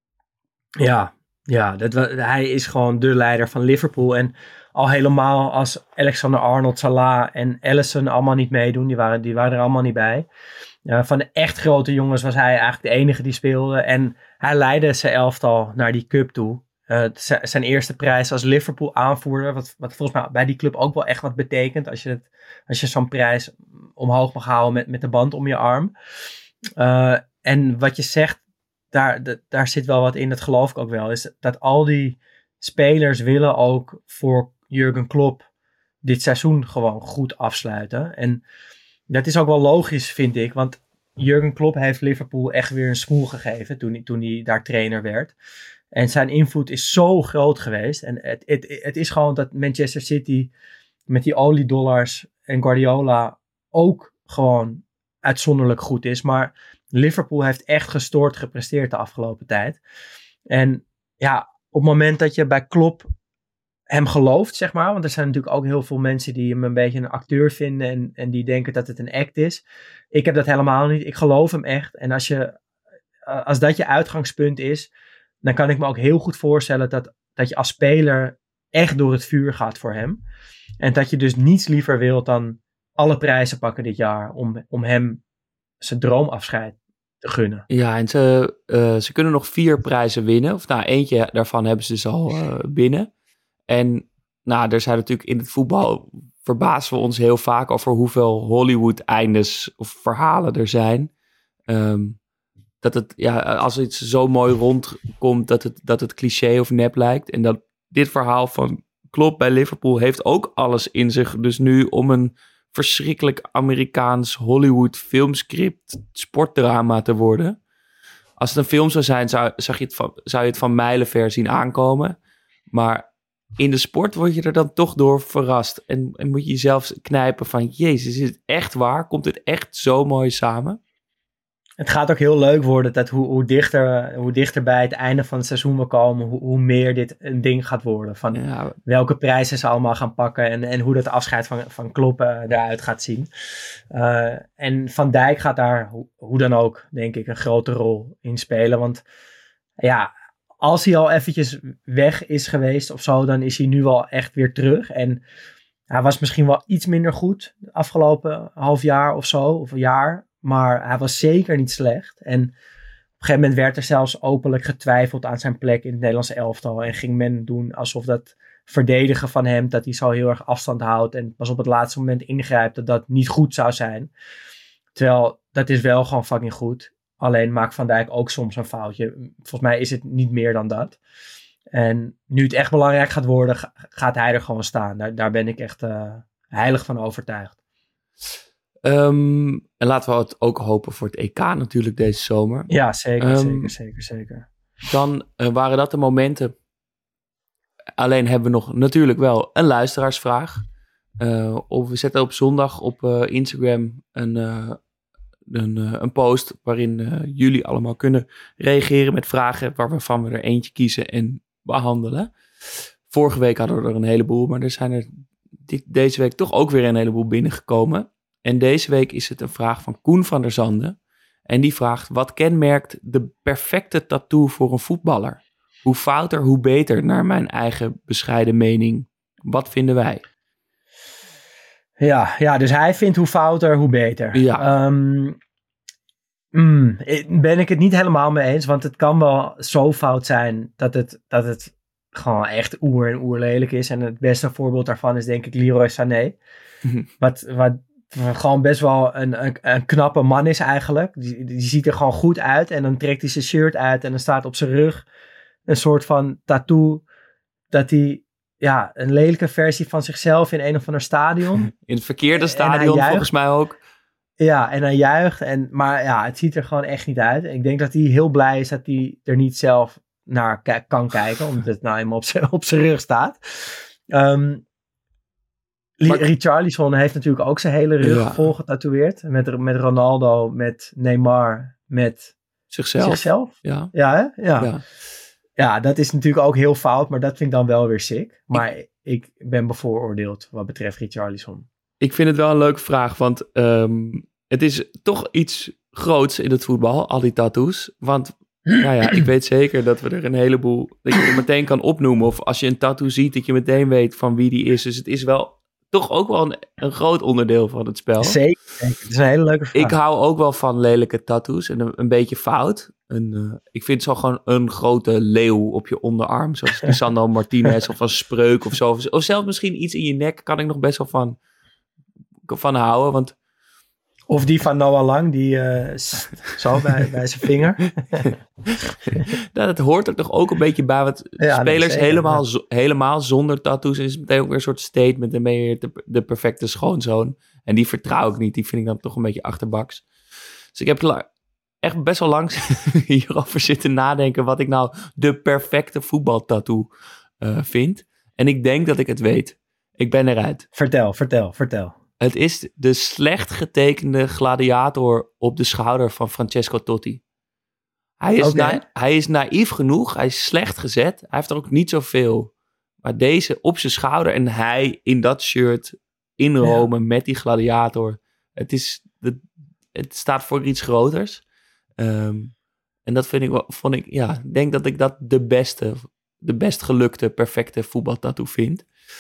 Ja, hij is gewoon de leider van Liverpool. En al helemaal als Alexander-Arnold, Salah en Alisson allemaal niet meedoen. Die waren er allemaal niet bij. Van de echt grote jongens was hij eigenlijk de enige die speelde. En hij leidde zijn elftal naar die cup toe. Zijn eerste prijs als Liverpool aanvoerder. Wat volgens mij bij die club ook wel echt wat betekent. Als je zo'n prijs omhoog mag houden met de band om je arm. En wat je zegt, daar zit wel wat in. Dat geloof ik ook wel. Is dat al die spelers willen ook voor Jurgen Klopp dit seizoen gewoon goed afsluiten. En dat is ook wel logisch, vind ik. Want Jurgen Klopp heeft Liverpool echt weer een smoel gegeven toen hij daar trainer werd. En zijn invloed is zo groot geweest. En het is gewoon dat Manchester City met die oliedollars en Guardiola ook gewoon uitzonderlijk goed is. Maar Liverpool heeft echt gestoord gepresteerd de afgelopen tijd. En ja, op het moment dat je bij Klopp hem gelooft, zeg maar. Want er zijn natuurlijk ook heel veel mensen die hem een beetje een acteur vinden en die denken dat het een act is. Ik heb dat helemaal niet. Ik geloof hem echt. En als dat je uitgangspunt is, dan kan ik me ook heel goed voorstellen dat je als speler echt door het vuur gaat voor hem. En dat je dus niets liever wilt dan alle prijzen pakken dit jaar om hem zijn droomafscheid te gunnen. Ja, en ze kunnen nog 4 prijzen winnen. Of eentje daarvan hebben ze dus al binnen. En er zijn natuurlijk in het voetbal, verbazen we ons heel vaak over hoeveel Hollywood-eindes of verhalen er zijn. Als iets zo mooi rondkomt dat het cliché of nep lijkt. En dat dit verhaal van Klopp bij Liverpool heeft ook alles in zich. Dus nu om een verschrikkelijk Amerikaans Hollywood filmscript sportdrama te worden. Als het een film zou zijn, zou je het van mijlenver zien aankomen. Maar in de sport word je er dan toch door verrast. En moet je jezelf knijpen van, jezus, is het echt waar? Komt het echt zo mooi samen? Het gaat ook heel leuk worden dat hoe dichter bij het einde van het seizoen we komen, hoe meer dit een ding gaat worden. Van welke prijzen ze allemaal gaan pakken en hoe dat afscheid van Klopp eruit gaat zien. En Van Dijk gaat daar, hoe dan ook, denk ik, een grote rol in spelen. Want ja, als hij al eventjes weg is geweest of zo, dan is hij nu wel echt weer terug. En hij was misschien wel iets minder goed de afgelopen half jaar of zo, of een jaar. Maar hij was zeker niet slecht. En op een gegeven moment werd er zelfs openlijk getwijfeld aan zijn plek in het Nederlandse elftal. En ging men doen alsof dat verdedigen van hem, dat hij zo heel erg afstand houdt. En pas op het laatste moment ingrijpt dat dat niet goed zou zijn. Terwijl dat is wel gewoon fucking goed. Alleen maakt Van Dijk ook soms een foutje. Volgens mij is het niet meer dan dat. En nu het echt belangrijk gaat worden, gaat hij er gewoon staan. Daar ben ik echt heilig van overtuigd. En laten we het ook hopen voor het EK natuurlijk deze zomer. Ja, zeker. Dan waren dat de momenten. Alleen hebben we nog natuurlijk wel een luisteraarsvraag. Of we zetten op zondag op Instagram een post waarin jullie allemaal kunnen reageren met vragen waarvan we er eentje kiezen en behandelen. Vorige week hadden we er een heleboel, maar er zijn er deze week toch ook weer een heleboel binnengekomen. En deze week is het een vraag van Koen van der Zanden. En die vraagt, wat kenmerkt de perfecte tattoo voor een voetballer? Hoe fouter, hoe beter, naar mijn eigen bescheiden mening. Wat vinden wij? Ja, dus hij vindt hoe fouter, hoe beter. Ja. Ben ik het niet helemaal mee eens, want het kan wel zo fout zijn dat het gewoon echt oer lelijk is. En het beste voorbeeld daarvan is denk ik Leroy Sané. Wat gewoon best wel een knappe man is eigenlijk. Die ziet er gewoon goed uit en dan trekt hij zijn shirt uit en dan staat op zijn rug een soort van tattoo dat hij een lelijke versie van zichzelf in een of ander stadion. In het verkeerde stadion volgens mij ook. Ja, en hij juicht. Maar het ziet er gewoon echt niet uit. Ik denk dat hij heel blij is dat hij er niet zelf naar kan kijken. Omdat het nou eenmaal op zijn rug staat. Richarlison heeft natuurlijk ook zijn hele rug vol getatoeëerd. Met Ronaldo, met Neymar, met zichzelf. Ja. Ja, dat is natuurlijk ook heel fout. Maar dat vind ik dan wel weer sick. Maar ik ben bevooroordeeld wat betreft Richarlison. Ik vind het wel een leuke vraag, want het is toch iets groots in het voetbal, al die tattoos. Want ik weet zeker dat we er een heleboel, dat je er meteen kan opnoemen. Of als je een tattoo ziet, dat je meteen weet van wie die is. Dus het is wel toch ook wel een groot onderdeel van het spel. Zeker, het is een hele leuke vraag. Ik hou ook wel van lelijke tattoos en een beetje fout. Ik vind zo gewoon een grote leeuw op je onderarm, zoals Lisandro Martinez of een spreuk of zo. Of zelfs misschien iets in je nek kan ik nog best wel van houden, want... Of die van Noah Lang, die zo bij zijn vinger. Dat hoort er toch ook een beetje bij, want spelers helemaal zonder tattoos is meteen ook weer een soort statement en ben je de perfecte schoonzoon. En die vertrouw ik niet, die vind ik dan toch een beetje achterbaks. Dus ik heb echt best wel lang hierover zitten nadenken wat ik nou de perfecte voetbaltattoo vind. En ik denk dat ik het weet. Ik ben eruit. Vertel. Het is de slecht getekende gladiator op de schouder van Francesco Totti. Hij is naïef genoeg. Hij is slecht gezet. Hij heeft er ook niet zoveel. Maar deze op zijn schouder en hij in dat shirt in Rome met die gladiator. Het staat voor iets groters. En dat denk dat ik dat de best gelukte, perfecte voetbaltattoo vind.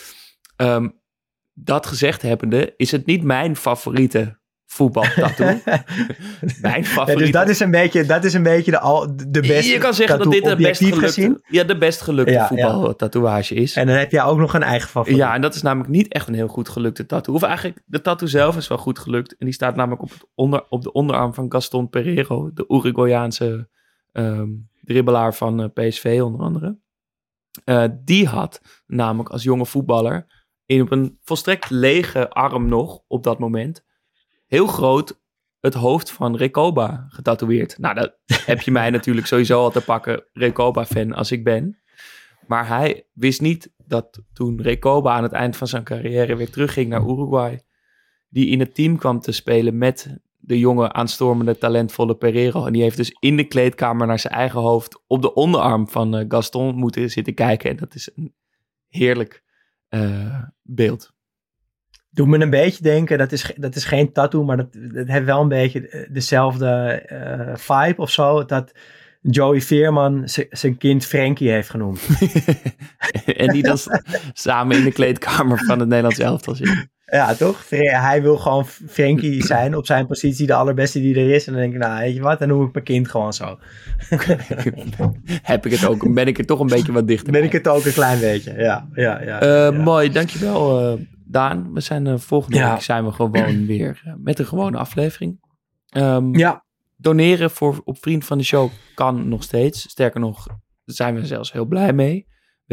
Dat gezegd hebbende, is het niet mijn favoriete voetbaltattoo. Mijn favoriete. Dus dat is een beetje de beste. Je kan zeggen dat dit de best gelukte voetbaltatoeage is. En dan heb jij ook nog een eigen favoriet. Ja, en dat is namelijk niet echt een heel goed gelukte tattoo. Of eigenlijk, de tattoo zelf is wel goed gelukt. En die staat namelijk op de onderarm van Gaston Pereiro, de Uruguayaanse dribbelaar van PSV onder andere. Die had namelijk als jonge voetballer op een volstrekt lege arm nog op dat moment heel groot het hoofd van Recoba getatoeëerd. Nou, dat heb je mij natuurlijk sowieso al te pakken, Recoba-fan als ik ben. Maar hij wist niet dat toen Recoba aan het eind van zijn carrière weer terugging naar Uruguay, die in het team kwam te spelen met de jonge, aanstormende, talentvolle Pereiro. En die heeft dus in de kleedkamer naar zijn eigen hoofd op de onderarm van Gaston moeten zitten kijken. En dat is een heerlijk beeld. Doet me een beetje denken, dat is geen tattoo, maar dat heeft wel een beetje dezelfde vibe of zo, dat Joey Veerman zijn kind Frenkie heeft genoemd. En die dan samen in de kleedkamer van het Nederlands elftal zitten. Ja, toch? Hij wil gewoon Frenkie zijn op zijn positie, de allerbeste die er is. En dan denk ik, nou, weet je wat, dan noem ik mijn kind gewoon zo. Heb ik het ook, ben ik er toch een beetje wat dichter. Ben ik het ook een klein beetje, ja. Mooi, dankjewel Daan. We zijn volgende week zijn we gewoon weer met een gewone aflevering. Doneren op Vriend van de Show kan nog steeds. Sterker nog, daar zijn we zelfs heel blij mee.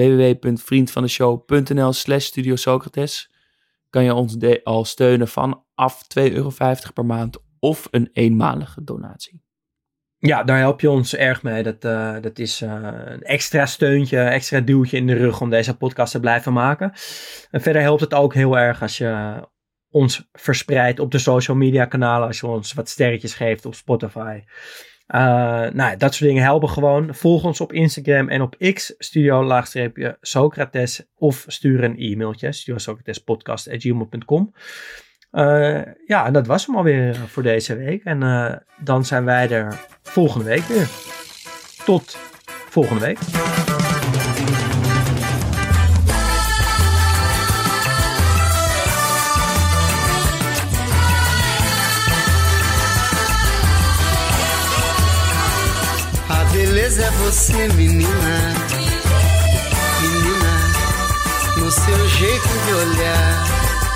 www.vriendvandeshow.nl/Studio Socrates kan je ons al steunen vanaf €2,50 per maand of een eenmalige donatie. Ja, daar help je ons erg mee. Dat is een extra steuntje, extra duwtje in de rug om deze podcast te blijven maken. En verder helpt het ook heel erg als je ons verspreidt op de social media kanalen. Als je ons wat sterretjes geeft op Spotify. Dat soort dingen helpen gewoon. Volg ons op Instagram en op X, studio_Socrates. Of stuur een e-mailtje, studiosocratespodcast@gmail.com. En dat was hem alweer voor deze week. En dan zijn wij er volgende week weer. Tot volgende week. A beleza é você, menina, menina, no seu jeito de olhar.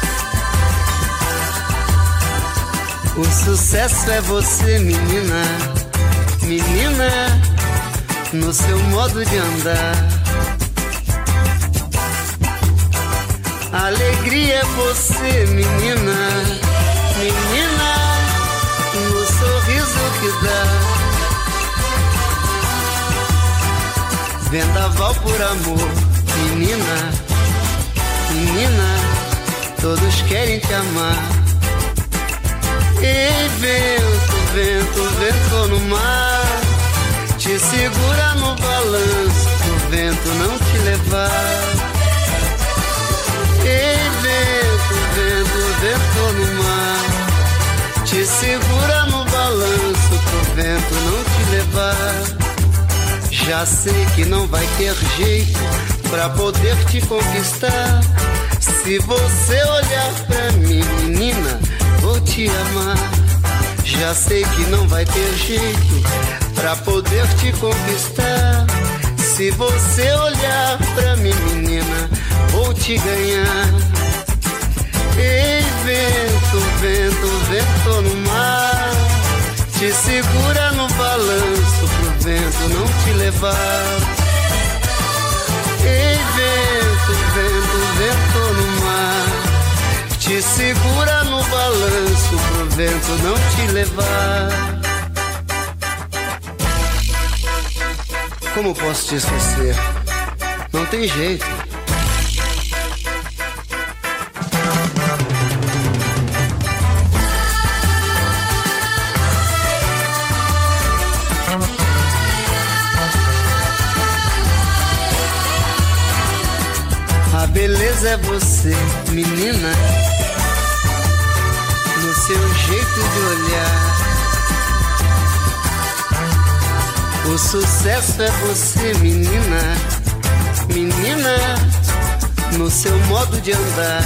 O sucesso é você, menina, menina, no seu modo de andar. A alegria é você, menina, menina, no sorriso que dá. Vendaval por amor, menina, menina, todos querem te amar. Ei, vento, vento, vento no mar, te segura no balanço, o vento não te levar. Ei, vento, vento, vento no mar, te segura no balanço, pro vento não te levar. Já sei que não vai ter jeito pra poder te conquistar. Se você olhar pra mim, menina, vou te amar. Já sei que não vai ter jeito pra poder te conquistar. Se você olhar pra mim, menina, vou te ganhar. Ei, vento, vento, vento no mar, te segura no balanço pro vento não te levar. Ei, vento, vento, vento no mar, te segura no balanço pro vento não te levar. Como posso te esquecer? Não tem jeito. A beleza é você, menina, no seu jeito de olhar. O sucesso é você, menina, menina, no seu modo de andar.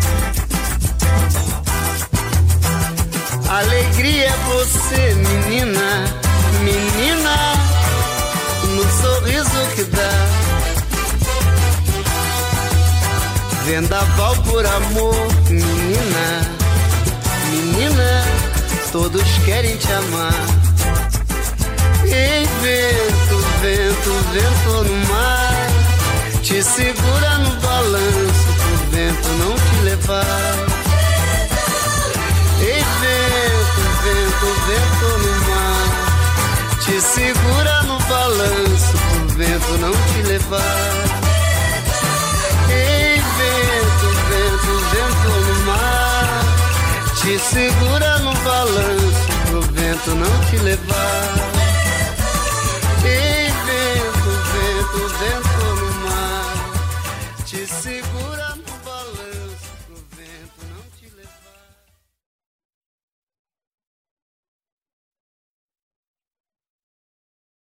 Alegria é você, menina, menina, no sorriso que dá. Vendaval por amor, menina, menina, todos querem te amar. Ei, vento, vento, vento no mar, te segura no balanço pro vento não te levar. Ei, vento, vento, vento no mar, te segura no balanço pro vento não te levar. Ei, vento, vento, vento no mar, te segura no balanço pro vento não te levar. Ei, vento, vento, vento no mar, te segura